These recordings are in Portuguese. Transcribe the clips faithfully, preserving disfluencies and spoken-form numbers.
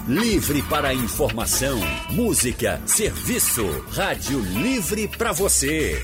Livre para informação, música, serviço. Rádio Livre para você.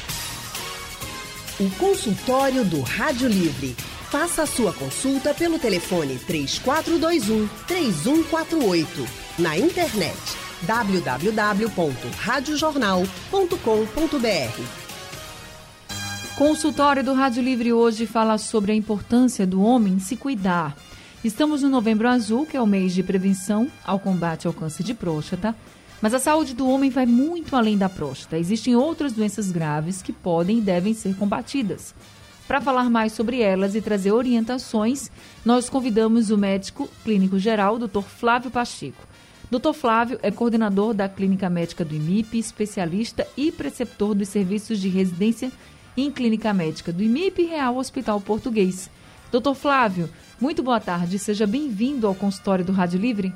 O consultório do Rádio Livre. Faça a sua consulta pelo telefone três quatro dois um, três um quatro oito. Na internet w w w ponto rádio jornal ponto com ponto b r. Consultório do Rádio Livre hoje fala sobre a importância do homem se cuidar. Estamos no Novembro Azul, que é o mês de prevenção ao combate ao câncer de próstata, mas a saúde do homem vai muito além da próstata. Existem outras doenças graves que podem e devem ser combatidas. Para falar mais sobre elas e trazer orientações, nós convidamos o médico clínico geral, doutor Flávio Pacheco. doutor Flávio é coordenador da Clínica Médica do I M I P, especialista e preceptor dos serviços de residência em Clínica Médica do I M I P Real Hospital Português. doutor Flávio, muito boa tarde, seja bem-vindo ao consultório do Rádio Livre.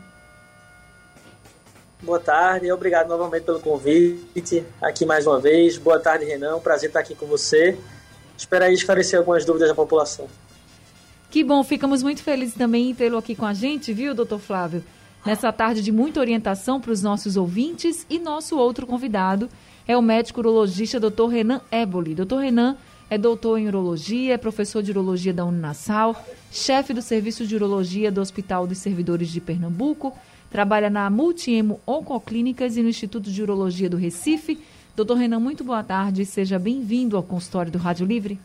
Boa tarde e obrigado novamente pelo convite, aqui mais uma vez. Boa tarde, Renan, prazer estar aqui com você. Espero aí esclarecer algumas dúvidas da população. Que bom, ficamos muito felizes também em tê-lo aqui com a gente, viu, doutor Flávio? Nessa tarde de muita orientação para os nossos ouvintes, e nosso outro convidado é o médico urologista doutor Renan Éboli. doutor Renan é doutor em urologia, é professor de urologia da Uninasal, chefe do serviço de urologia do Hospital dos Servidores de Pernambuco, trabalha na Multiemo Oncoclínicas e no Instituto de Urologia do Recife. doutor Renan, muito boa tarde, seja bem-vindo ao consultório do Rádio Livre.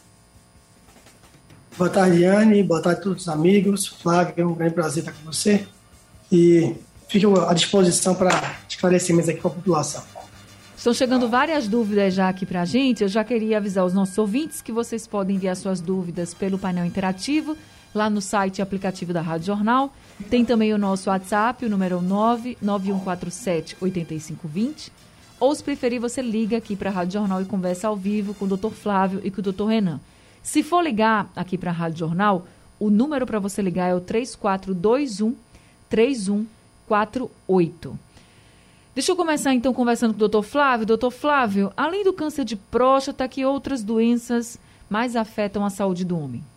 Boa tarde, Anne, boa tarde a todos os amigos. Flávio, é um grande prazer estar com você e fico à disposição para esclarecimentos aqui com a população. Estão chegando várias dúvidas já aqui para a gente. Eu já queria avisar os nossos ouvintes que vocês podem enviar suas dúvidas pelo painel interativo, lá no site e aplicativo da Rádio Jornal. Tem também o nosso WhatsApp, o número nove nove um quatro sete, oito cinco dois zero. Ou, se preferir, você liga aqui para a Rádio Jornal e conversa ao vivo com o doutor Flávio e com o doutor Renan. Se for ligar aqui para a Rádio Jornal, o número para você ligar é o três quatro dois um, três um quatro oito. Deixa eu começar, então, conversando com o doutor Flávio. doutor Flávio, além do câncer de próstata, que outras doenças mais afetam a saúde do homem?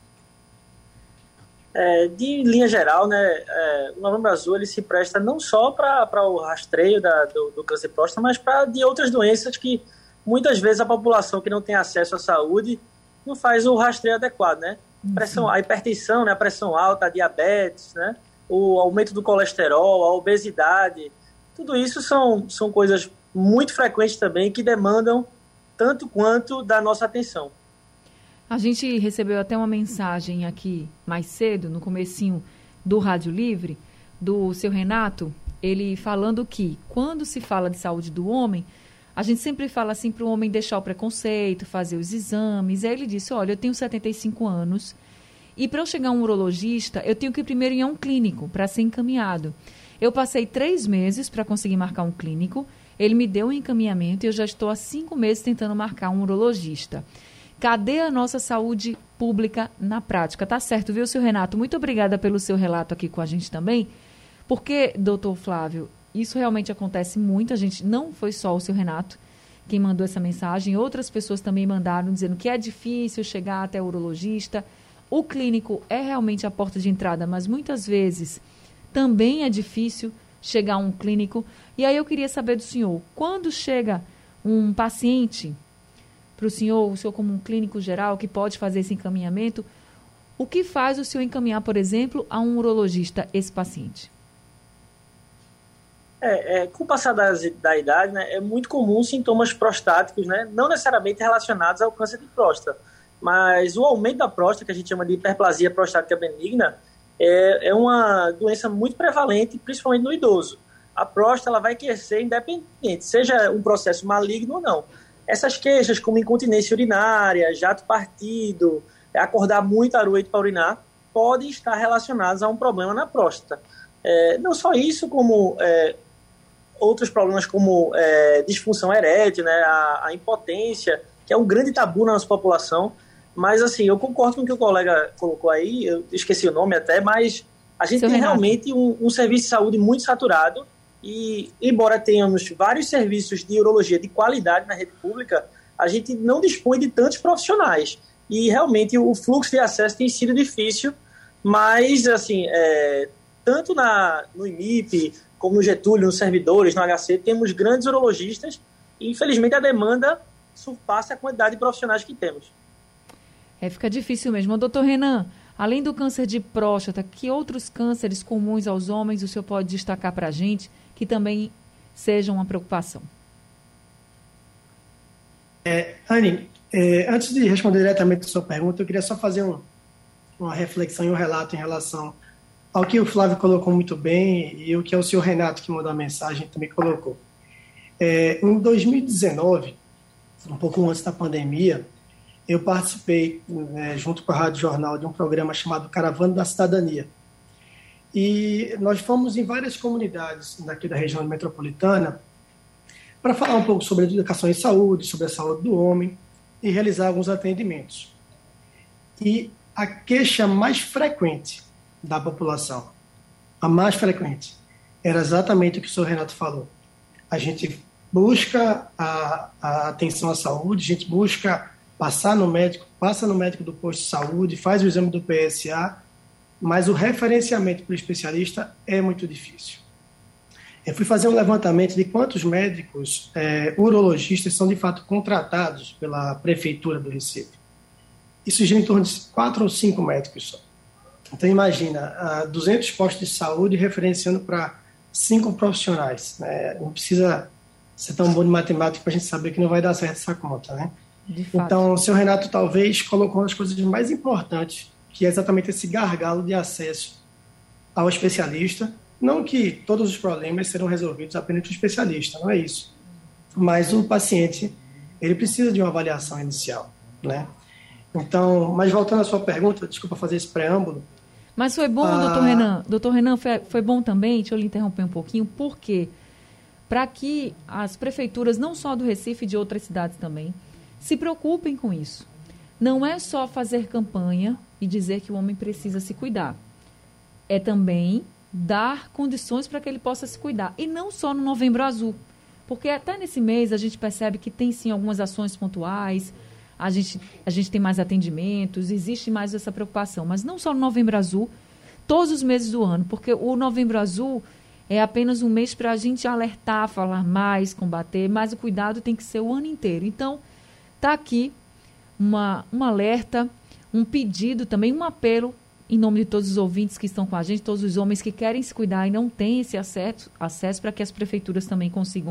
É, de linha geral, né, é, o Novembro Azul ele se presta não só para o rastreio da, do, do câncer de próstata, mas para de outras doenças que muitas vezes a população que não tem acesso à saúde não faz o rastreio adequado, né? Pressão, a hipertensão, né, a pressão alta, a diabetes, né, o aumento do colesterol, a obesidade. Tudo isso são, são coisas muito frequentes também que demandam tanto quanto da nossa atenção. A gente recebeu até uma mensagem aqui mais cedo, no comecinho do Rádio Livre, do seu Renato, ele falando que quando se fala de saúde do homem, a gente sempre fala assim para o homem deixar o preconceito, fazer os exames. Aí ele disse, olha, eu tenho setenta e cinco anos e para eu chegar a um urologista, eu tenho que ir primeiro ir a um clínico para ser encaminhado. Eu passei três meses para conseguir marcar um clínico, ele me deu um encaminhamento e eu já estou há cinco meses tentando marcar um urologista. Cadê a nossa saúde pública na prática? Tá certo, viu, seu Renato? Muito obrigada pelo seu relato aqui com a gente também, porque, doutor Flávio, isso realmente acontece muito. A gente, não foi só o seu Renato quem mandou essa mensagem, outras pessoas também mandaram dizendo que é difícil chegar até o urologista. O clínico é realmente a porta de entrada, mas muitas vezes também é difícil chegar a um clínico. E aí eu queria saber do senhor, quando chega um paciente para o senhor, o senhor como um clínico geral que pode fazer esse encaminhamento, o que faz o senhor encaminhar, por exemplo, a um urologista esse paciente? É, é, com o passar da, da idade, né, é muito comum sintomas prostáticos, né, não necessariamente relacionados ao câncer de próstata, mas o aumento da próstata, que a gente chama de hiperplasia prostática benigna, é, é uma doença muito prevalente, principalmente no idoso. A próstata ela vai crescer independente, seja um processo maligno ou não. Essas queixas, como incontinência urinária, jato partido, acordar muito à noite para urinar, podem estar relacionadas a um problema na próstata. É, não só isso, como é, outros problemas como é, disfunção erétil, né, a, a impotência, que é um grande tabu na nossa população. Mas, assim, eu concordo com o que o colega colocou aí, eu esqueci o nome até, mas a gente Seu tem Renato. realmente um, um serviço de saúde muito saturado e, embora tenhamos vários serviços de urologia de qualidade na rede pública, a gente não dispõe de tantos profissionais. E, realmente, o fluxo de acesso tem sido difícil, mas, assim, é, tanto na, no I M I P, como no Getúlio, nos servidores, no H C, temos grandes urologistas e, infelizmente, a demanda surpassa a quantidade de profissionais que temos. É, fica difícil mesmo. Doutor Renan, além do câncer de próstata, que outros cânceres comuns aos homens o senhor pode destacar para a gente que também sejam uma preocupação? É, Anne, é, antes de responder diretamente a sua pergunta, eu queria só fazer um, uma reflexão e um relato em relação ao que o Flávio colocou muito bem e o que é o senhor Renato, que mandou a mensagem, também colocou. É, em dois mil e dezenove, um pouco antes da pandemia, eu participei, né, junto com a Rádio Jornal, de um programa chamado Caravana da Cidadania. E nós fomos em várias comunidades daqui da região metropolitana para falar um pouco sobre a educação em saúde, sobre a saúde do homem e realizar alguns atendimentos. E a queixa mais frequente da população, a mais frequente, era exatamente o que o senhor Renato falou. A gente busca a, a atenção à saúde, a gente busca passar no médico, passa no médico do posto de saúde, faz o exame do P S A, mas o referenciamento para o especialista é muito difícil. Eu fui fazer um levantamento de quantos médicos é, urologistas são de fato contratados pela Prefeitura do Recife. Isso gira em torno de quatro ou cinco médicos só. Então imagina, duzentos postos de saúde referenciando para cinco profissionais. Né? Não precisa ser tão bom de matemática para a gente saber que não vai dar certo essa conta, né? Então, o senhor Renato talvez colocou uma das coisas mais importantes, que é exatamente esse gargalo de acesso ao especialista. Não que todos os problemas serão resolvidos apenas com o especialista, não é isso. Mas o paciente, ele precisa de uma avaliação inicial, né? Então, mas voltando à sua pergunta, desculpa fazer esse preâmbulo. Mas foi bom, ah, doutor Renan, doutor Renan, foi, foi bom também, deixa eu lhe interromper um pouquinho, porque para que as prefeituras, não só do Recife e de outras cidades também, se preocupem com isso. Não é só fazer campanha e dizer que o homem precisa se cuidar. É também dar condições para que ele possa se cuidar. E não só no Novembro Azul. Porque até nesse mês a gente percebe que tem sim algumas ações pontuais, a gente, a gente tem mais atendimentos, existe mais essa preocupação. Mas não só no Novembro Azul, todos os meses do ano. Porque o Novembro Azul é apenas um mês para a gente alertar, falar mais, combater, mas o cuidado tem que ser o ano inteiro. Então, está aqui uma, um alerta, um pedido também, um apelo em nome de todos os ouvintes que estão com a gente, todos os homens que querem se cuidar e não têm esse acesso, acesso para que as prefeituras também consigam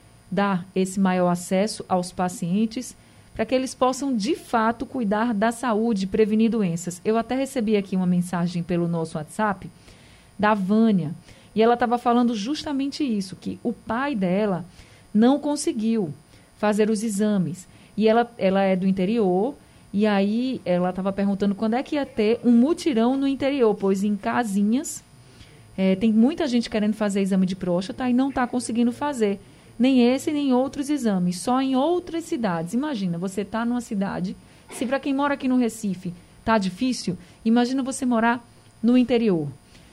dar esse maior acesso aos pacientes, para que eles possam, de fato, cuidar da saúde, prevenir doenças. Eu até recebi aqui uma mensagem pelo nosso WhatsApp da Vânia, e ela estava falando justamente isso, que o pai dela não conseguiu fazer os exames. E ela, ela é do interior, e aí ela estava perguntando quando é que ia ter um mutirão no interior, pois em casinhas é, tem muita gente querendo fazer exame de próstata e não está conseguindo fazer. Nem esse, nem outros exames, só em outras cidades. Imagina, você está numa cidade, se para quem mora aqui no Recife está difícil, imagina você morar no interior.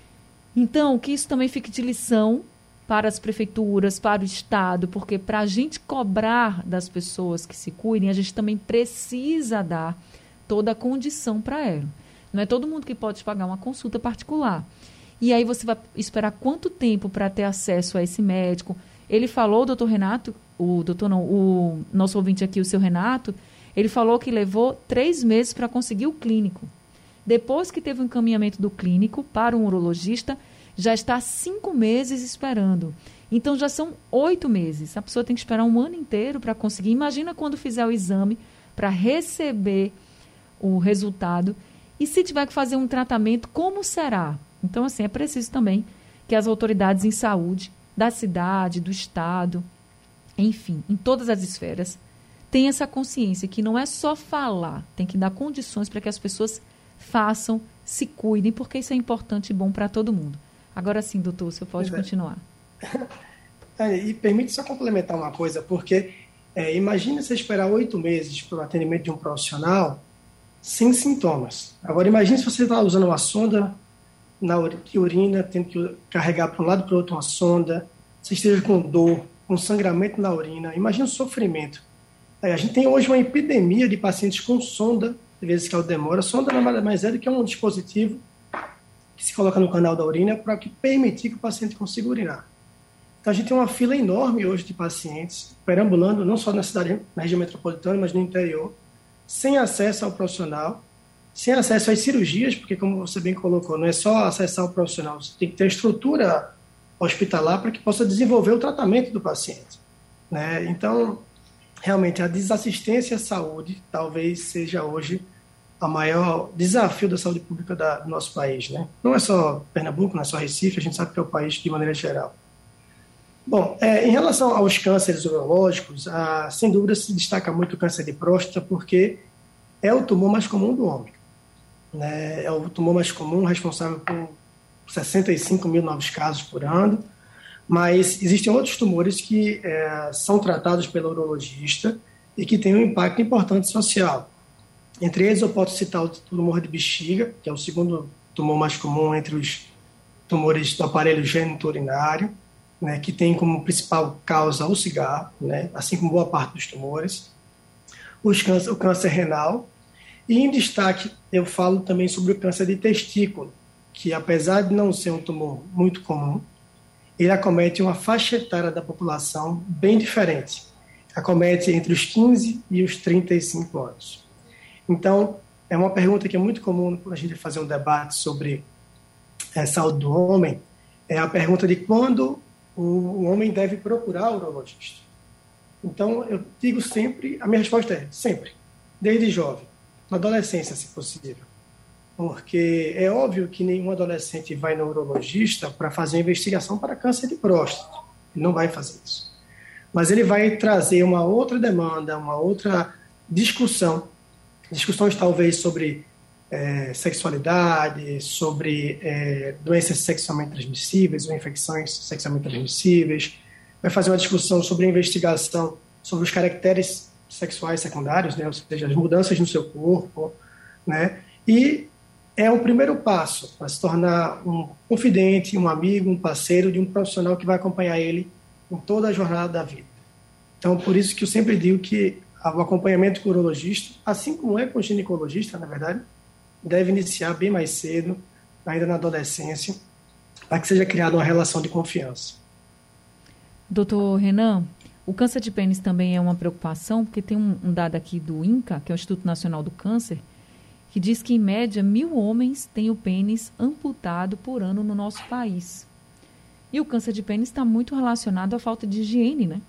Então, que isso também fique de lição para as prefeituras, para o Estado, porque para a gente cobrar das pessoas que se cuidem, a gente também precisa dar toda a condição para ela. Não é todo mundo que pode pagar uma consulta particular. E aí você vai esperar quanto tempo para ter acesso a esse médico? Ele falou, o doutor Renato, o doutor não, o nosso ouvinte aqui, o seu Renato, ele falou que levou três meses para conseguir o clínico. Depois que teve o encaminhamento do clínico para um urologista, já está cinco meses esperando. Então, já são oito meses. A pessoa tem que esperar um ano inteiro para conseguir. Imagina quando fizer o exame para receber o resultado. E se tiver que fazer um tratamento, como será? Então, assim, é preciso também que as autoridades em saúde da cidade, do estado, enfim, em todas as esferas, tenham essa consciência que não é só falar, tem que dar condições para que as pessoas façam, se cuidem, porque isso é importante e bom para todo mundo. Agora sim, doutor, o senhor pode é. continuar. É, e permite só complementar uma coisa, porque é, imagine você esperar oito meses para o atendimento de um profissional sem sintomas. Agora, imagine se você está usando uma sonda na urina, tendo que carregar para um lado e para o outro uma sonda, você esteja com dor, com sangramento na urina. Imagine o sofrimento. É, a gente tem hoje uma epidemia de pacientes com sonda, de vezes que ela demora. A sonda nada mais é do que um dispositivo que se coloca no canal da urina para que permitir que o paciente consiga urinar. Então, a gente tem uma fila enorme hoje de pacientes perambulando, não só na cidade, na região metropolitana, mas no interior, sem acesso ao profissional, sem acesso às cirurgias, porque, como você bem colocou, não é só acessar o profissional, você tem que ter a estrutura hospitalar para que possa desenvolver o tratamento do paciente, né? Então, realmente, a desassistência à saúde talvez seja hoje o maior desafio da saúde pública da, do nosso país, né? Não é só Pernambuco, não é só Recife, a gente sabe que é o país de maneira geral. Bom, é, em relação aos cânceres urológicos, a, sem dúvida se destaca muito o câncer de próstata, porque é o tumor mais comum do homem, né? É o tumor mais comum, responsável por sessenta e cinco mil novos casos por ano, mas existem outros tumores que é, são tratados pelo urologista e que têm um impacto importante social. Entre eles, eu posso citar o tumor de bexiga, que é o segundo tumor mais comum entre os tumores do aparelho geniturinário, né, que tem como principal causa o cigarro, né, assim como boa parte dos tumores. Os câncer, o câncer renal. E, em destaque, eu falo também sobre o câncer de testículo, que, apesar de não ser um tumor muito comum, ele acomete uma faixa etária da população bem diferente. Acomete entre os quinze e os trinta e cinco anos. Então, é uma pergunta que é muito comum quando a gente fazer um debate sobre é, saúde do homem, é a pergunta de quando o homem deve procurar o urologista. Então, eu digo sempre, a minha resposta é sempre, desde jovem, na adolescência, se possível. Porque é óbvio que nenhum adolescente vai no urologista para fazer uma investigação para câncer de próstata. Ele não vai fazer isso. Mas ele vai trazer uma outra demanda, uma outra discussão, discussões talvez sobre é, sexualidade, sobre é, doenças sexualmente transmissíveis ou infecções sexualmente transmissíveis, vai fazer uma discussão sobre a investigação sobre os caracteres sexuais secundários, né, ou seja, as mudanças no seu corpo, né, e é o primeiro passo para se tornar um confidente, um amigo, um parceiro de um profissional que vai acompanhar ele em toda a jornada da vida. Então, por isso que eu sempre digo que o acompanhamento com o urologista, assim como é com o ginecologista, na verdade, deve iniciar bem mais cedo, ainda na adolescência, para que seja criada uma relação de confiança. Doutor Renan, o câncer de pênis também é uma preocupação, porque tem um, um dado aqui do INCA, que é o Instituto Nacional do Câncer, que diz que, em média, mil homens têm o pênis amputado por ano no nosso país. E o câncer de pênis está muito relacionado à falta de higiene, né?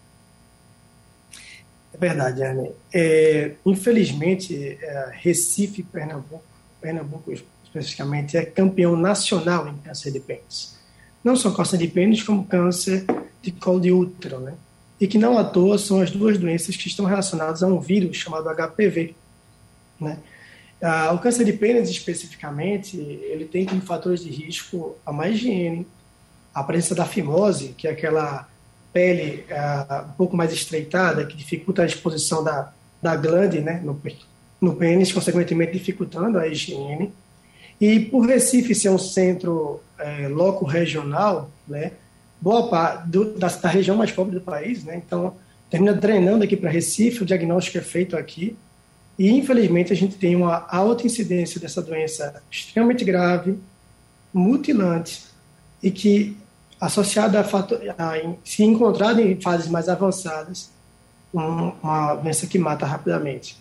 É verdade, Anne. É, infelizmente, é, Recife, Pernambuco, Pernambuco especificamente, é campeão nacional em câncer de pênis. Não só câncer de pênis, como câncer de colo de útero, né? E que não à toa são as duas doenças que estão relacionadas a um vírus chamado H P V, né? Ah, o câncer de pênis, especificamente, ele tem como fatores de risco a má higiene, a presença da fimose, que é aquela pele uh, um pouco mais estreitada, que dificulta a exposição da, da glande, né, no, no pênis, consequentemente dificultando a higiene. E por Recife ser um centro é, loco regional, né, boa parte do, da, da região mais pobre do país, né, então termina drenando aqui para Recife, o diagnóstico é feito aqui, e infelizmente a gente tem uma alta incidência dessa doença extremamente grave, mutilante, e que associada a, fator, a se encontrada em fases mais avançadas, um, uma doença que mata rapidamente.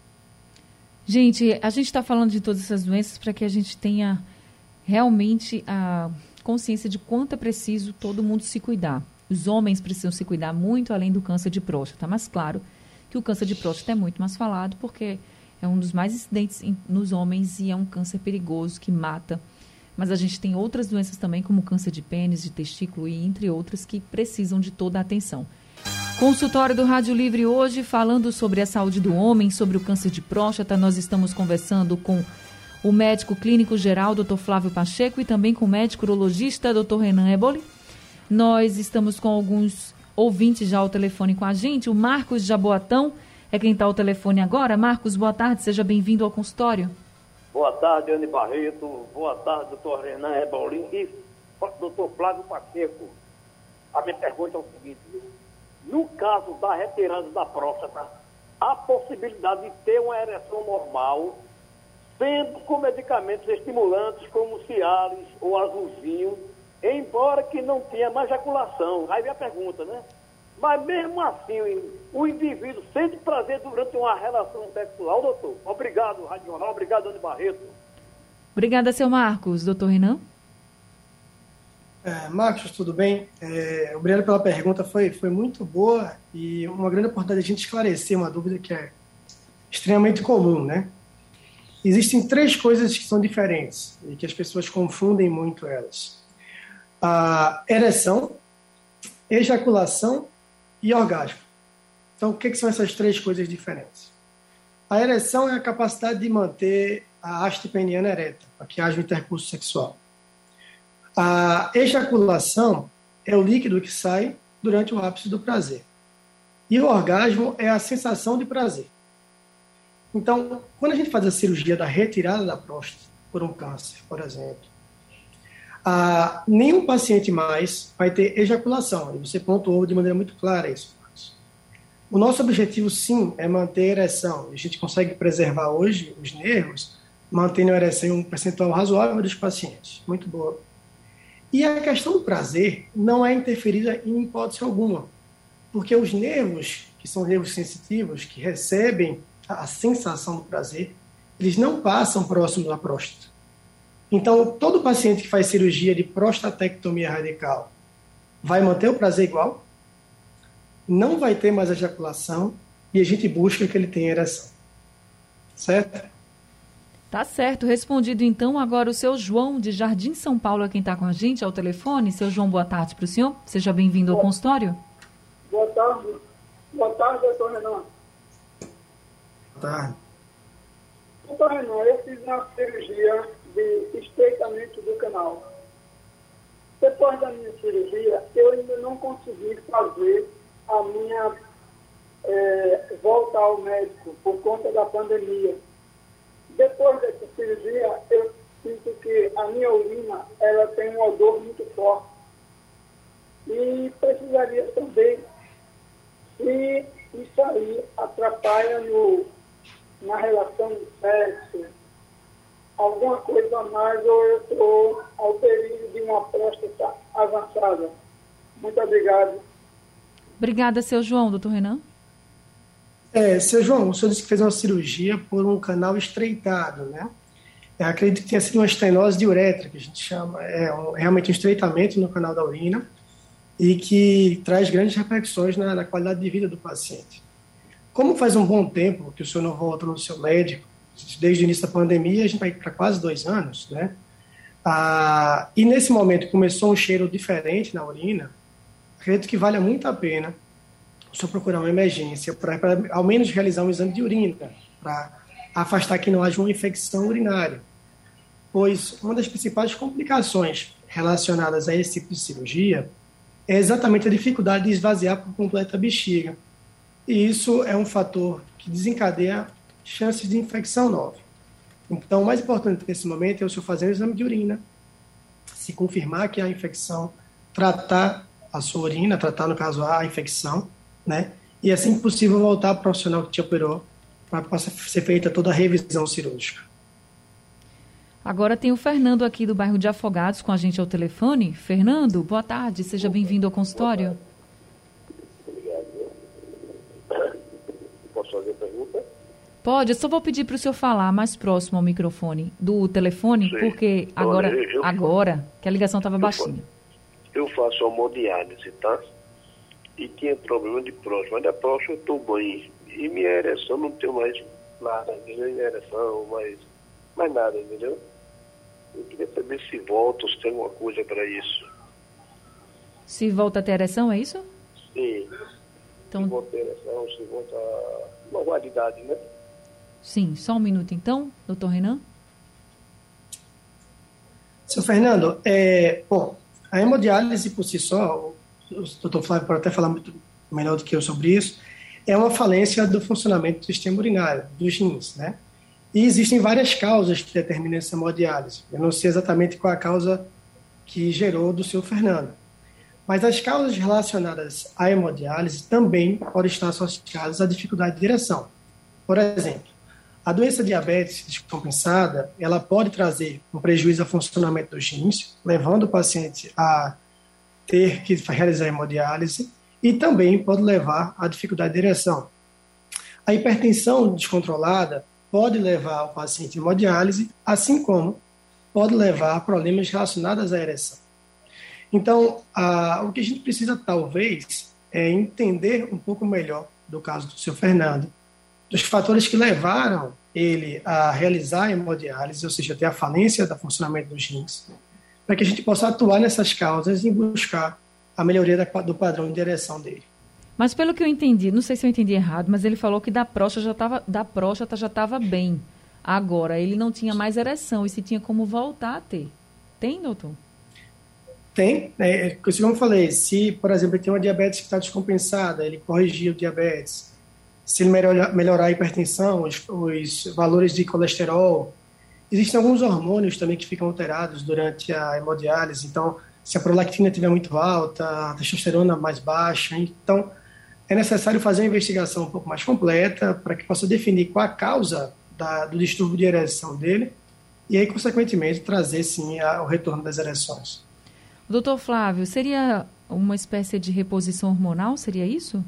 Gente, a gente está falando de todas essas doenças para que a gente tenha realmente a consciência de quanto é preciso todo mundo se cuidar. Os homens precisam se cuidar muito além do câncer de próstata, mas claro que o câncer de próstata é muito mais falado porque é um dos mais incidentes nos homens e é um câncer perigoso que mata. Mas a gente tem outras doenças também, como câncer de pênis, de testículo e entre outras, que precisam de toda a atenção. Consultório do Rádio Livre hoje, falando sobre a saúde do homem, sobre o câncer de próstata. Nós estamos conversando com o médico clínico geral, doutor Flávio Pacheco, e também com o médico urologista, doutor Renan Eboli. Nós estamos com alguns ouvintes já ao telefone com a gente. O Marcos Jaboatão é quem está ao telefone agora. Marcos, boa tarde, seja bem-vindo ao consultório. Boa tarde, Anne Barreto. Boa tarde, doutor Renan Eboli e doutor Flávio Pacheco. A minha pergunta é o seguinte: no caso da retirada da próstata, há possibilidade de ter uma ereção normal sendo com medicamentos estimulantes como Cialis ou Azulzinho, embora que não tenha mais ejaculação. Aí vem a pergunta, né? Mas mesmo assim, o indivíduo sente prazer durante uma relação sexual, doutor? Obrigado, Rádio Jornal. Obrigado, Dani Barreto. Obrigada, seu Marcos. Doutor Renan? É, Marcos, tudo bem? É, obrigado pela pergunta, foi, foi muito boa e uma grande oportunidade de a gente esclarecer uma dúvida que é extremamente comum, né? Existem três coisas que são diferentes e que as pessoas confundem muito elas. A ereção, ejaculação e orgasmo. Então, o que, que são essas três coisas diferentes? A ereção é a capacidade de manter a haste peniana ereta, para que haja um intercurso sexual. A ejaculação é o líquido que sai durante o ápice do prazer. E o orgasmo é a sensação de prazer. Então, quando a gente faz a cirurgia da retirada da próstata por um câncer, por exemplo, ah, nenhum paciente mais vai ter ejaculação. E você pontuou de maneira muito clara isso, Marcos. O nosso objetivo, sim, é manter a ereção. A gente consegue preservar hoje os nervos, mantendo a ereção em um percentual razoável dos pacientes. Muito boa. E a questão do prazer não é interferida em hipótese alguma, porque os nervos, que são nervos sensitivos, que recebem a sensação do prazer, eles não passam próximo da próstata. Então, todo paciente que faz cirurgia de prostatectomia radical vai manter o prazer igual, não vai ter mais ejaculação e a gente busca que ele tenha ereção. Certo? Tá certo. Respondido, então, agora o seu João, de Jardim São Paulo, é quem está com a gente ao telefone. Seu João, boa tarde para o senhor. Seja bem-vindo ao consultório. Boa tarde. Boa tarde, doutor Renan. Boa tarde. Doutor Renan, eu fiz uma cirurgia de estreitamento do canal. Depois da minha cirurgia, eu ainda não consegui fazer a minha é, volta ao médico por conta da pandemia. Depois dessa cirurgia, eu sinto que a minha urina ela tem um odor muito forte. E precisaria saber se isso aí atrapalha no, na relação do sexo, alguma coisa a mais, ou eu estou ao perigo de uma próstata avançada. Muito obrigado. Obrigada, seu João. Doutor Renan? É, seu João, o senhor disse que fez uma cirurgia por um canal estreitado, né? Eu acredito que tenha sido uma estenose de uretra, que a gente chama, é um, realmente um estreitamento no canal da urina e que traz grandes repercussões na, na qualidade de vida do paciente. Como faz um bom tempo que o senhor não volta no seu médico, desde o início da pandemia, a gente vai para quase dois anos, né? Ah, e nesse momento começou um cheiro diferente na urina, acredito que vale muito a pena o senhor procurar uma emergência para ao menos realizar um exame de urina, para afastar que não haja uma infecção urinária. Pois uma das principais complicações relacionadas a esse tipo de cirurgia é exatamente a dificuldade de esvaziar por completo a bexiga. E isso é um fator que desencadeia chances de infecção nova. Então, o mais importante nesse momento é o senhor fazer um exame de urina, se confirmar que há infecção, tratar a sua urina, tratar, no caso, a infecção, né? E assim que possível voltar para o profissional que te operou para que possa ser feita toda a revisão cirúrgica. Agora tem o Fernando aqui do bairro de Afogados com a gente ao telefone. Fernando, boa tarde, seja bem-vindo ao consultório. Obrigado. Posso fazer pergunta? Pode, eu só vou pedir para o senhor falar mais próximo ao microfone do telefone, Sim. porque agora, Olha, eu, agora que a ligação estava eu baixinha. Eu faço hemodiálise, tá? E tinha problema de próstata, mas da próstata eu estou bem. E minha ereção não tenho mais nada, nem ereção, mais, mais nada, entendeu? Eu queria saber se volta, se tem alguma coisa para isso. Se volta a ter ereção, é isso? Sim. Então, se volta a ereção, se volta uma validade, né? Sim, só um minuto então, doutor Renan. Seu Fernando, é, bom, a hemodiálise por si só, o doutor Flávio pode até falar muito melhor do que eu sobre isso, é uma falência do funcionamento do sistema urinário, dos rins, né? E existem várias causas que determinam essa hemodiálise. Eu não sei exatamente qual a causa que gerou do seu Fernando. Mas as causas relacionadas à hemodiálise também podem estar associadas à dificuldade de ereção. Por exemplo, A doença diabetes descompensada, ela pode trazer um prejuízo ao funcionamento dos rins, levando o paciente a ter que realizar hemodiálise, e também pode levar à dificuldade de ereção. A hipertensão descontrolada pode levar o paciente à hemodiálise, assim como pode levar a problemas relacionados à ereção. Então, a, o que a gente precisa, talvez, é entender um pouco melhor do caso do seu Fernando, dos fatores que levaram ele a realizar a hemodiálise, ou seja, ter a falência do funcionamento dos rins, para que a gente possa atuar nessas causas e buscar a melhoria da, do padrão de ereção dele. Mas pelo que eu entendi, não sei se eu entendi errado, mas ele falou que da próstata já estava da próstata já estava bem. Agora, ele não tinha mais ereção e se tinha como voltar a ter. Tem, doutor? Tem. É, como eu falei, se, por exemplo, ele tem uma diabetes que está descompensada, ele corrigir o diabetes. Se ele melhorar, melhorar a hipertensão, os, os valores de colesterol. Existem alguns hormônios também que ficam alterados durante a hemodiálise. Então, se a prolactina estiver muito alta, a testosterona mais baixa. Então, é necessário fazer uma investigação um pouco mais completa para que possa definir qual a causa da, do distúrbio de ereção dele e aí, consequentemente, trazer, sim, a, o retorno das ereções. Doutor Flávio, seria uma espécie de reposição hormonal? Seria isso?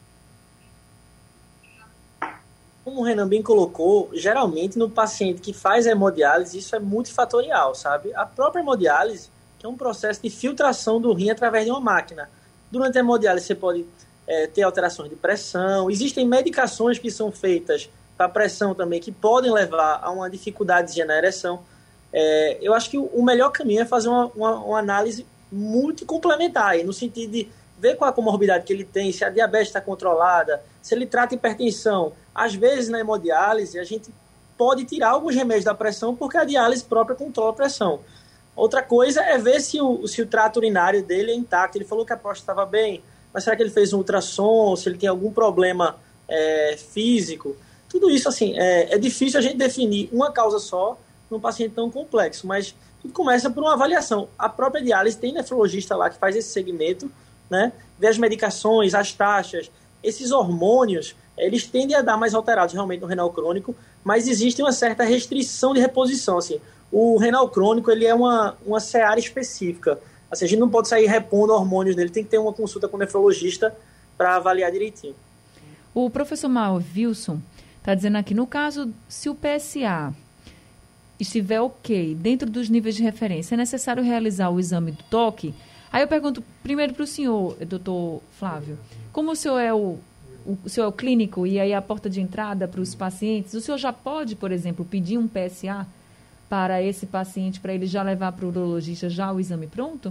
Como o Renan bem colocou, geralmente no paciente que faz a hemodiálise, isso é multifatorial, sabe? A própria hemodiálise, que é um processo de filtração do rim através de uma máquina. Durante a hemodiálise você pode é, ter alterações de pressão, existem medicações que são feitas para pressão também, que podem levar a uma dificuldade na ereção. É, eu acho que o melhor caminho é fazer uma, uma, uma análise multicomplementar, no sentido de ver qual a comorbidade que ele tem, se a diabetes está controlada, se ele trata hipertensão. Às vezes, na hemodiálise, a gente pode tirar alguns remédios da pressão porque a diálise própria controla a pressão. Outra coisa é ver se o, se o trato urinário dele é intacto. Ele falou que a próstata estava bem, mas será que ele fez um ultrassom, se ele tem algum problema é, físico? Tudo isso, assim, é, é difícil a gente definir uma causa só num paciente tão complexo, mas tudo começa por uma avaliação. A própria diálise tem nefrologista lá que faz esse segmento, né? Ver as medicações, as taxas, esses hormônios, eles tendem a dar mais alterados realmente no renal crônico, mas existe uma certa restrição de reposição, assim. O renal crônico, ele é uma, uma seara específica. Assim, a gente não pode sair repondo hormônios dele, tem que ter uma consulta com o nefrologista para avaliar direitinho. O professor Mal Wilson está dizendo aqui, no caso, se o P S A estiver ok, dentro dos níveis de referência, é necessário realizar o exame do toque? Aí eu pergunto primeiro para o senhor, doutor Flávio, como o senhor é o, o, o senhor é o clínico e aí a porta de entrada para os pacientes, o senhor já pode, por exemplo, pedir um P S A para esse paciente, para ele já levar para o urologista já o exame pronto?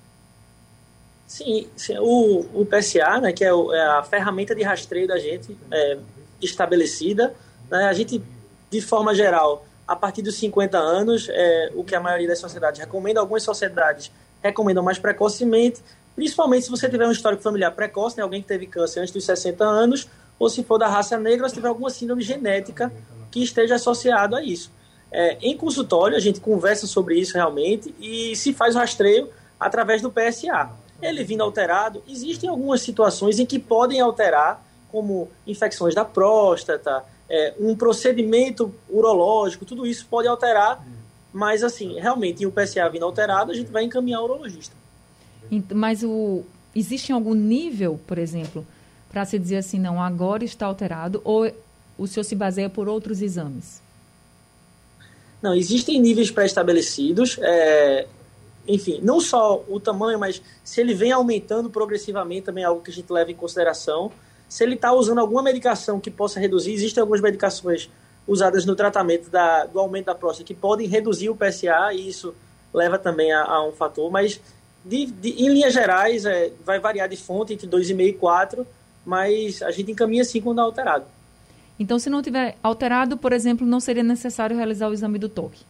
Sim, sim. O, o P S A, né, que é, o, é a ferramenta de rastreio da gente, é, estabelecida, né, a gente, de forma geral, a partir dos cinquenta anos, é, o que a maioria das sociedades recomenda, algumas sociedades recomendam mais precocemente, principalmente se você tiver um histórico familiar precoce, né, alguém que teve câncer antes dos sessenta anos, ou se for da raça negra, ou se tiver alguma síndrome genética que esteja associado a isso. É, em consultório, a gente conversa sobre isso realmente e se faz o rastreio através do P S A. Ele vindo alterado, existem algumas situações em que podem alterar, como infecções da próstata, é, um procedimento urológico, tudo isso pode alterar, mas assim, realmente, em o P S A vindo alterado, a gente vai encaminhar o urologista. Mas o, existe algum nível, por exemplo, para se dizer assim, não, agora está alterado, ou o senhor se baseia por outros exames? Não, existem níveis pré-estabelecidos, é, enfim, não só o tamanho, mas se ele vem aumentando progressivamente, também é algo que a gente leva em consideração. Se ele está usando alguma medicação que possa reduzir, existem algumas medicações usadas no tratamento da, do aumento da próstata que podem reduzir o P S A, e isso leva também a, a um fator, mas de, de, em linhas gerais é, vai variar de fonte entre dois vírgula cinco e quatro, mas a gente encaminha sim quando é alterado. Então, se não tiver alterado, por exemplo, não seria necessário realizar o exame do toque?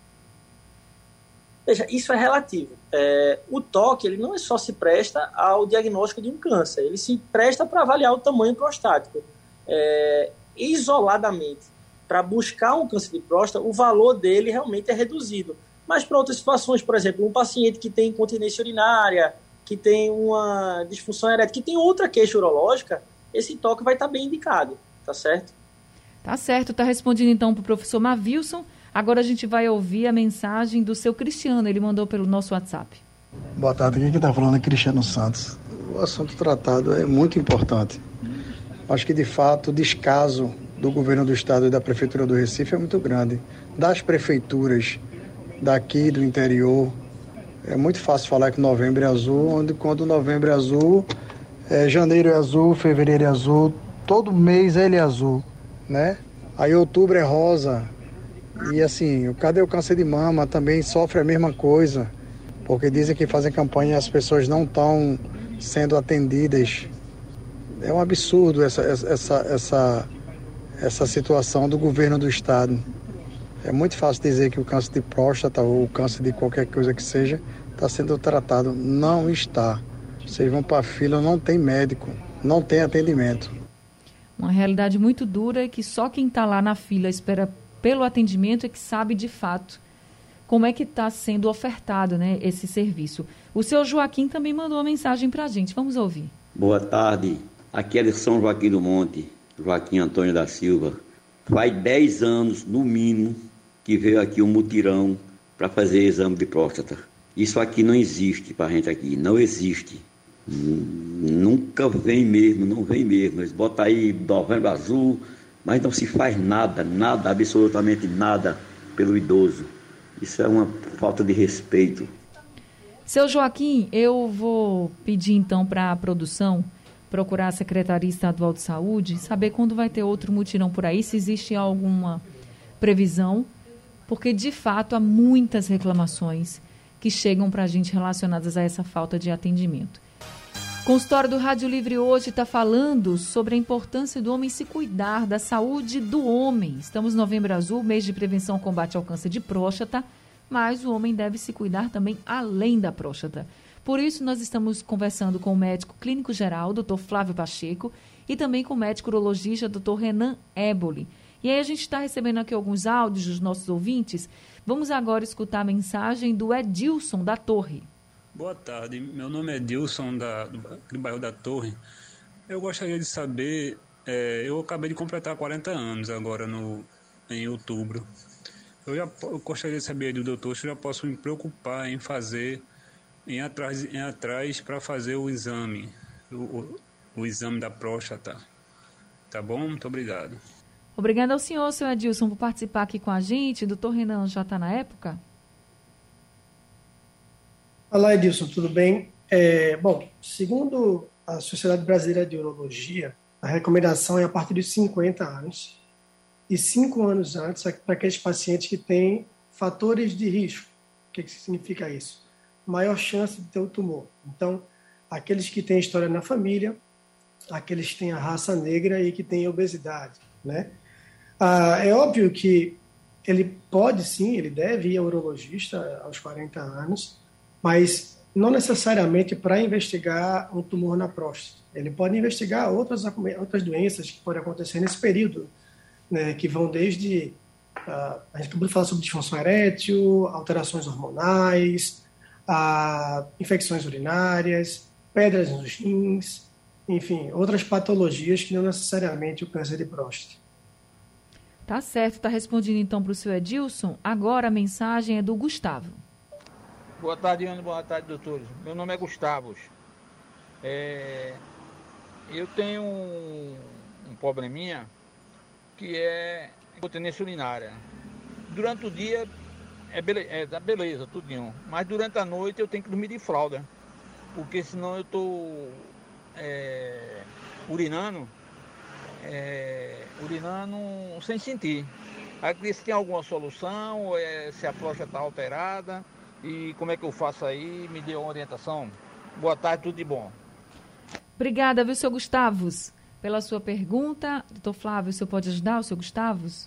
Veja, isso é relativo. É, o toque, ele não é só se presta ao diagnóstico de um câncer, ele se presta para avaliar o tamanho prostático. É, isoladamente, para buscar um câncer de próstata, o valor dele realmente é reduzido. Mas para outras situações, por exemplo, um paciente que tem incontinência urinária, que tem uma disfunção erétil, que tem outra queixa urológica, esse toque vai estar bem indicado, tá certo? Tá certo, tá respondendo então para o professor Mavilson. Agora a gente vai ouvir a mensagem do seu Cristiano, ele mandou pelo nosso WhatsApp. Boa tarde, aqui quem está falando é Cristiano Santos. O assunto tratado é muito importante. Acho que, de fato, o descaso do governo do estado e da prefeitura do Recife é muito grande. Das prefeituras daqui do interior, é muito fácil falar que novembro é azul, onde quando novembro é azul, é, janeiro é azul, fevereiro é azul, todo mês ele é azul, né? Aí outubro é rosa. E assim, cadê o câncer de mama? Também sofre a mesma coisa, porque dizem que fazem campanha e as pessoas não estão sendo atendidas. É um absurdo essa, essa, essa, essa situação do governo do estado. É muito fácil dizer que o câncer de próstata ou o câncer de qualquer coisa que seja está sendo tratado. Não está. Vocês vão para a fila, não tem médico, não tem atendimento. Uma realidade muito dura é que só quem está lá na fila espera pelo atendimento é que sabe de fato como é que está sendo ofertado, né, esse serviço. O seu Joaquim também mandou uma mensagem para a gente. Vamos ouvir. Boa tarde. Aqui é de São Joaquim do Monte, Joaquim Antônio da Silva. Faz dez anos, no mínimo, que veio aqui um mutirão para fazer exame de próstata. Isso aqui não existe para a gente aqui, não existe. Nunca vem mesmo, não vem mesmo. Eles botam aí novembro azul, mas não se faz nada, nada, absolutamente nada pelo idoso. Isso é uma falta de respeito. Seu Joaquim, eu vou pedir então para a produção procurar a Secretaria Estadual de Saúde, saber quando vai ter outro mutirão por aí, se existe alguma previsão, porque de fato há muitas reclamações que chegam para a gente relacionadas a essa falta de atendimento. O consultório do Rádio Livre hoje está falando sobre a importância do homem se cuidar, da saúde do homem. Estamos no Novembro Azul, mês de prevenção ao combate ao câncer de próstata, mas o homem deve se cuidar também além da próstata. Por isso, nós estamos conversando com o médico clínico geral, doutor Flávio Pacheco, e também com o médico urologista, doutor Renan Éboli. E aí a gente está recebendo aqui alguns áudios dos nossos ouvintes. Vamos agora escutar a mensagem do Edilson da Torre. Boa tarde, meu nome é Edilson, da, do, do bairro da Torre. Eu gostaria de saber, é, eu acabei de completar quarenta anos agora no, em outubro. Eu, já, eu gostaria de saber do doutor se eu já posso me preocupar em fazer, em atrás, em atrás para fazer o exame, o, o, o exame da próstata. Tá bom? Muito obrigado. Obrigada ao senhor, seu Edilson, por participar aqui com a gente. Doutor Renan já está na época? Olá, Edilson, tudo bem? É, bom, segundo a Sociedade Brasileira de Urologia, a recomendação é a partir dos cinquenta anos e cinco anos antes para aqueles pacientes que têm fatores de risco. O que, que significa isso? Maior chance de ter o tumor. Então, aqueles que têm história na família, aqueles que têm a raça negra e que têm obesidade, né? Ah, é óbvio que ele pode sim, ele deve ir ao urologista aos quarenta anos, mas não necessariamente para investigar um tumor na próstata. Ele pode investigar outras, outras doenças que podem acontecer nesse período, né, que vão desde, uh, a gente acabou de falar sobre disfunção erétil, alterações hormonais, uh, infecções urinárias, pedras nos rins, enfim, outras patologias que não necessariamente o câncer de próstata. Tá certo, está respondendo então para o seu Edilson. Agora a mensagem é do Gustavo. Boa tarde, Ana. Boa tarde, doutores. Meu nome é Gustavo. É, eu tenho um, um probleminha que é incontinência urinária. Durante o dia é, bele, é da beleza, tudinho. Mas durante a noite eu tenho que dormir de fralda. Porque senão eu estou é, urinando, é, urinando sem sentir. Aí queria se tem alguma solução, ou é, se a próstata está alterada. E como é que eu faço aí? Me dê uma orientação. Boa tarde, tudo de bom. Obrigada, viu, seu Gustavos, pela sua pergunta. Doutor Flávio, o senhor pode ajudar o seu Gustavos?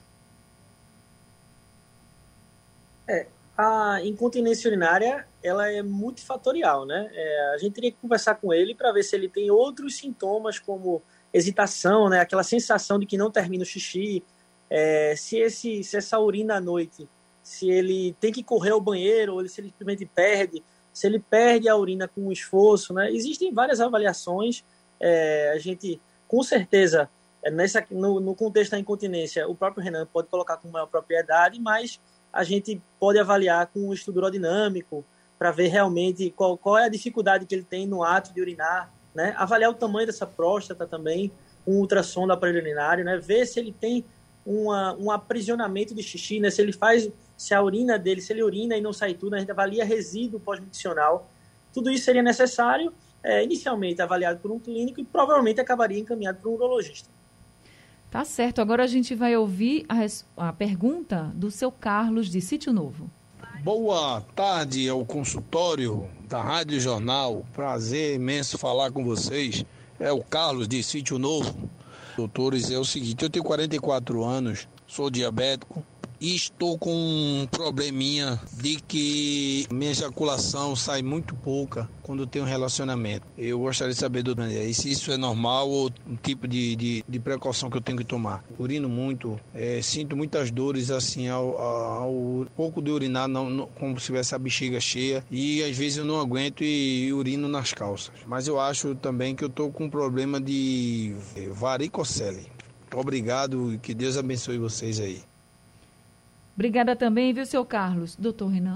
É, a incontinência urinária, ela é multifatorial, né? É, a gente teria que conversar com ele para ver se ele tem outros sintomas, como hesitação, né? Aquela sensação de que não termina o xixi, é, se, esse, se essa urina à noite, se ele tem que correr ao banheiro, ou se ele simplesmente perde, se ele perde a urina com esforço, né? Existem várias avaliações, é, a gente, com certeza, Nessa, no, no contexto da incontinência, o próprio Renan pode colocar com maior propriedade, mas a gente pode avaliar com um estudo urodinâmico para ver realmente qual, qual é a dificuldade que ele tem no ato de urinar, né? Avaliar o tamanho dessa próstata também, um ultrassom do aparelho urinário, né? Ver se ele tem uma, um aprisionamento de xixi, né? Se ele faz, se a urina dele, se ele urina e não sai tudo, a gente avalia resíduo pós-miccional. Tudo isso seria necessário, é, inicialmente avaliado por um clínico e provavelmente acabaria encaminhado por um urologista. Tá certo. Agora a gente vai ouvir a, a pergunta do seu Carlos de Sítio Novo. Boa tarde ao consultório da Rádio Jornal. Prazer imenso falar com vocês. É o Carlos de Sítio Novo. Doutores, é o seguinte, eu tenho quarenta e quatro anos, sou diabético e estou com um probleminha de que minha ejaculação sai muito pouca quando tenho um relacionamento. Eu gostaria de saber, doutor André, se isso é normal ou um tipo de, de, de precaução que eu tenho que tomar. Urino muito, é, sinto muitas dores assim ao, ao pouco de urinar, não, não, como se tivesse a bexiga cheia, e às vezes eu não aguento e, e urino nas calças. Mas eu acho também que eu estou com um problema de varicocele. Obrigado e que Deus abençoe vocês aí. Obrigada também, viu, seu Carlos? Doutor Renan?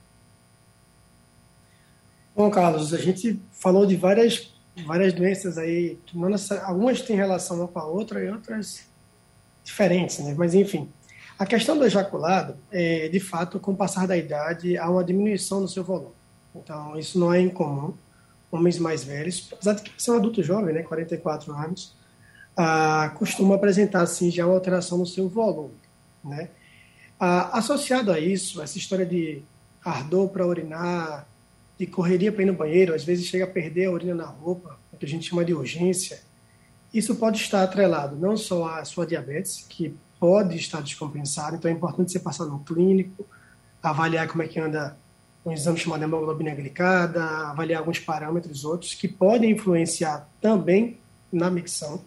Bom, Carlos, a gente falou de várias, várias doenças aí, que não necess... algumas têm relação uma com a outra e outras diferentes, né? Mas, enfim, a questão do ejaculado, é, de fato, com o passar da idade, há uma diminuição no seu volume. Então, isso não é incomum. Homens mais velhos, apesar de que são adultos jovens, né, quarenta e quatro anos, ah, costumam apresentar, assim, já uma alteração no seu volume, né? Ah, associado a isso, essa história de ardor para urinar, de correria para ir no banheiro, às vezes chega a perder a urina na roupa, o que a gente chama de urgência, isso pode estar atrelado não só à sua diabetes, que pode estar descompensada, então é importante você passar no clínico, avaliar como é que anda um exame chamado hemoglobina glicada, avaliar alguns parâmetros outros que podem influenciar também na micção,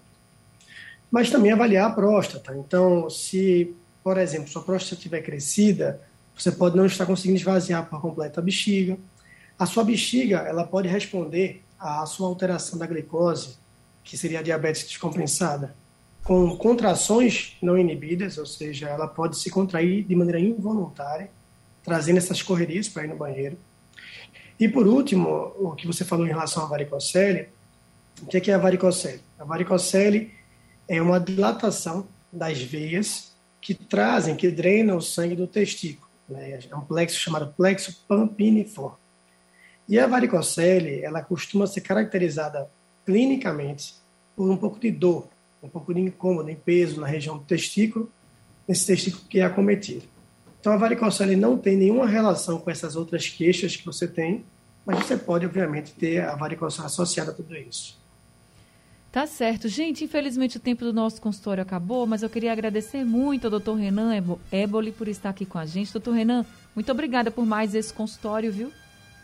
mas também avaliar a próstata. Então, se por exemplo, sua próstata estiver crescida, você pode não estar conseguindo esvaziar por completo a bexiga. A sua bexiga, ela pode responder à sua alteração da glicose, que seria a diabetes descompensada, com contrações não inibidas, ou seja, ela pode se contrair de maneira involuntária, trazendo essas correrias para ir no banheiro. E por último, o que você falou em relação à varicocele, o que é a varicocele? A varicocele é uma dilatação das veias que trazem, que drenam o sangue do testículo, né? É um plexo chamado plexo pampiniforme. E a varicocele, ela costuma ser caracterizada clinicamente por um pouco de dor, um pouco de incômodo, em peso na região do testículo, nesse testículo que é acometido. Então a varicocele não tem nenhuma relação com essas outras queixas que você tem, mas você pode, obviamente, ter a varicocele associada a tudo isso. Tá certo. Gente, infelizmente o tempo do nosso consultório acabou, mas eu queria agradecer muito ao doutor Renan Éboli por estar aqui com a gente. Doutor Renan, muito obrigada por mais esse consultório, viu?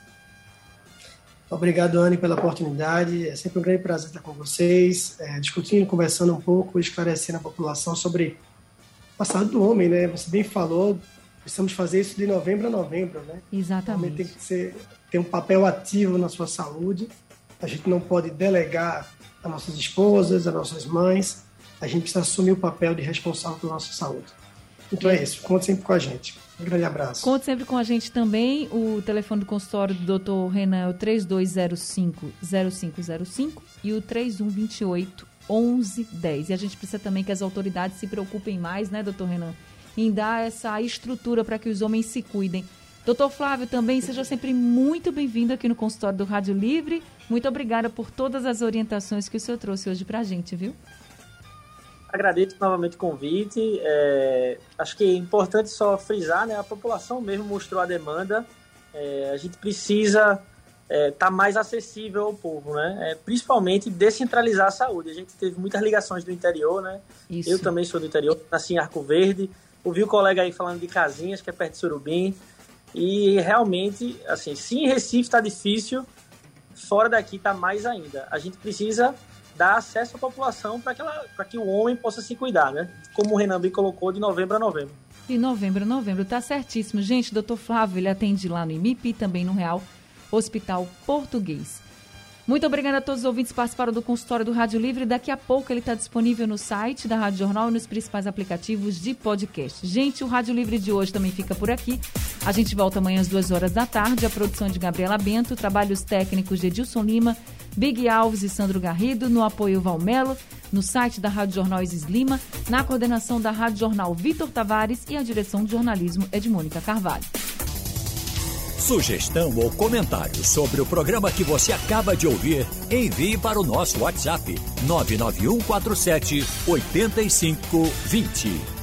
Obrigado, Anne, pela oportunidade. É sempre um grande prazer estar com vocês, é, discutindo, conversando um pouco, esclarecendo a população sobre o passado do homem, né? Você bem falou, precisamos fazer isso de novembro a novembro, né? Exatamente. O homem tem que ser, ter um papel ativo na sua saúde. A gente não pode delegar as nossas esposas, as nossas mães, a gente precisa assumir o papel de responsável pela nossa saúde. Então é isso, conte sempre com a gente. Um grande abraço. Conte sempre com a gente também. O telefone do consultório do doutor Renan é o três dois zero cinco, zero cinco zero cinco e o três um dois oito, um um um zero. E a gente precisa também que as autoridades se preocupem mais, né, doutor Renan, em dar essa estrutura para que os homens se cuidem. Doutor Flávio, também seja sempre muito bem-vindo aqui no consultório do Rádio Livre. Muito obrigada por todas as orientações que o senhor trouxe hoje para a gente, viu? Agradeço novamente o convite. É, acho que é importante só frisar, né? A população mesmo mostrou a demanda. É, a gente precisa estar é, tá mais acessível ao povo, né? É, principalmente descentralizar a saúde. A gente teve muitas ligações do interior, né? Isso. Eu também sou do interior, nasci em Arco Verde. Ouvi o colega aí falando de Casinhas, que é perto de Surubim. E realmente, assim, se em Recife está difícil, fora daqui está mais ainda. A gente precisa dar acesso à população para que, que o homem possa se cuidar, né? Como o Renan bem colocou, de novembro a novembro. De novembro a novembro, tá certíssimo. Gente, doutor Flávio, ele atende lá no I M I P e também no Real Hospital Português. Muito obrigada a todos os ouvintes que participaram do consultório do Rádio Livre. Daqui a pouco ele está disponível no site da Rádio Jornal e nos principais aplicativos de podcast. Gente, o Rádio Livre de hoje também fica por aqui. A gente volta amanhã às duas horas da tarde. A produção de Gabriela Bento, trabalhos técnicos de Edilson Lima, Big Alves e Sandro Garrido, no apoio Valmelo, no site da Rádio Jornal Isis Lima, na coordenação da Rádio Jornal Vitor Tavares e a direção de jornalismo é de Mônica Carvalho. Sugestão ou comentário sobre o programa que você acaba de ouvir, envie para o nosso WhatsApp nove nove um quatro sete oito cinco dois zero.